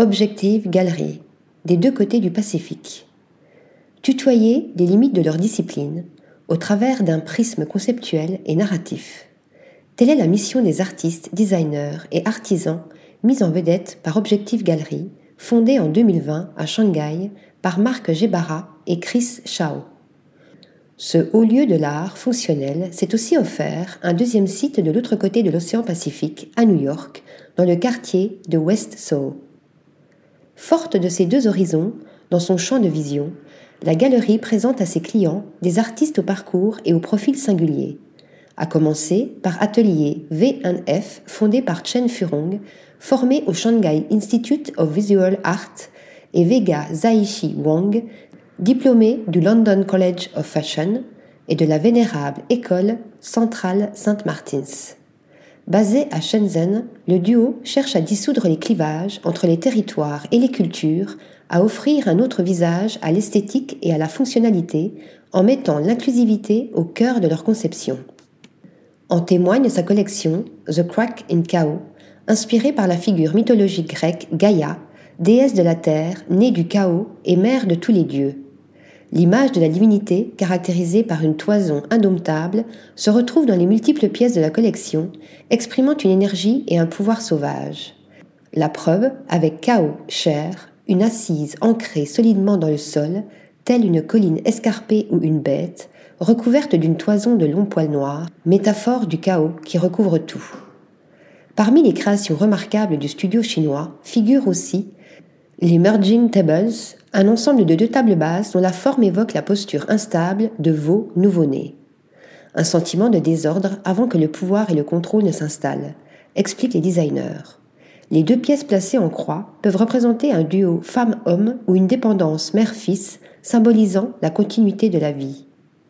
Objective Gallery, des deux côtés du Pacifique. Tutoyer les limites de leur discipline au travers d'un prisme conceptuel et narratif. Telle est la mission des artistes, designers et artisans mis en vedette par Objective Gallery, fondée en 2020 à Shanghai par Marc Gebara et Chris Chao. Ce haut lieu de l'art fonctionnel s'est aussi offert un deuxième site de l'autre côté de l'océan Pacifique, à New York, dans le quartier de West Soho. Forte de ces deux horizons, dans son champ de vision, la galerie présente à ses clients des artistes au parcours et au profil singulier, à commencer par Atelier V&F fondé par Chen Furong, formé au Shanghai Institute of Visual Art, et Vega Zaishi Wang, diplômé du London College of Fashion et de la vénérable école Centrale Saint-Martins. Basé à Shenzhen, le duo cherche à dissoudre les clivages entre les territoires et les cultures, à offrir un autre visage à l'esthétique et à la fonctionnalité en mettant l'inclusivité au cœur de leur conception. En témoigne sa collection The Crack in Chaos, inspirée par la figure mythologique grecque Gaïa, déesse de la terre, née du chaos et mère de tous les dieux. L'image de la divinité, caractérisée par une toison indomptable, se retrouve dans les multiples pièces de la collection, exprimant une énergie et un pouvoir sauvage. La preuve, avec chaos, chair, une assise ancrée solidement dans le sol, telle une colline escarpée ou une bête, recouverte d'une toison de longs poils noirs, métaphore du chaos qui recouvre tout. Parmi les créations remarquables du studio chinois figurent aussi les Merging Tables, un ensemble de deux tables basses dont la forme évoque la posture instable de veaux nouveau-nés. Un sentiment de désordre avant que le pouvoir et le contrôle ne s'installent, expliquent les designers. Les deux pièces placées en croix peuvent représenter un duo femme-homme ou une dépendance mère-fils, symbolisant la continuité de la vie.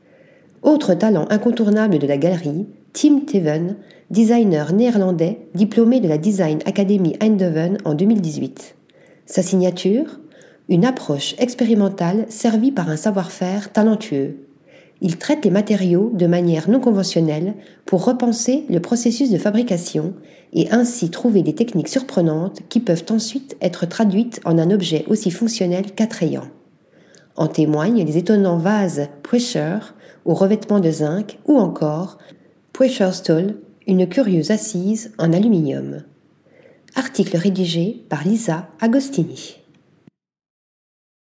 Autre talent incontournable de la galerie, Tim Teven, designer néerlandais, diplômé de la Design Academy Eindhoven en 2018. Sa signature ? Une approche expérimentale servie par un savoir-faire talentueux. Il traite les matériaux de manière non conventionnelle pour repenser le processus de fabrication et ainsi trouver des techniques surprenantes qui peuvent ensuite être traduites en un objet aussi fonctionnel qu'attrayant. En témoignent les étonnants vases Pressure au revêtement de zinc ou encore Pressure Stool, une curieuse assise en aluminium. Article rédigé par Lisa Agostini.